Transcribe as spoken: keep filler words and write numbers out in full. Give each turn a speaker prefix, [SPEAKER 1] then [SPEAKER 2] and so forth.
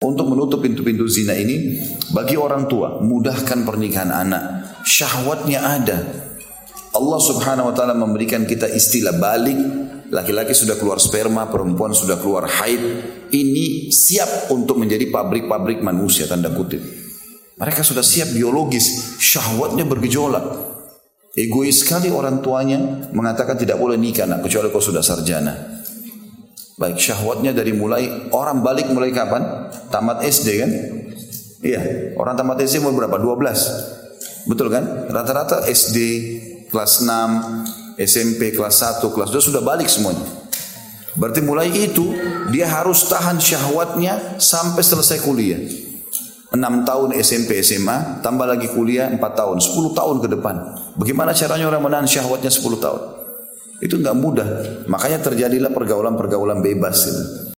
[SPEAKER 1] untuk menutup pintu-pintu zina ini, bagi orang tua, mudahkan pernikahan anak. Syahwatnya ada. Allah subhanahu wa ta'ala memberikan kita istilah balik. Laki-laki sudah keluar sperma, perempuan sudah keluar haid. Ini siap untuk menjadi pabrik-pabrik manusia, tanda kutip. Mereka sudah siap biologis, syahwatnya bergejolak. Egois sekali orang tuanya mengatakan tidak boleh nikah nak, kecuali kau sudah sarjana. Baik, syahwatnya dari mulai, orang balik mulai kapan? Tamat S D kan? Iya, orang tamat S D umur berapa? dua belas. Betul kan? Rata-rata S D kelas enam, S M P kelas satu, kelas dua sudah balik semuanya. Berarti mulai itu dia harus tahan syahwatnya sampai selesai kuliah. enam tahun S M P S M A, tambah lagi kuliah empat tahun, sepuluh tahun ke depan. Bagaimana caranya orang menahan syahwatnya sepuluh tahun? Itu enggak mudah. Makanya terjadilah pergaulan-pergaulan bebas itu.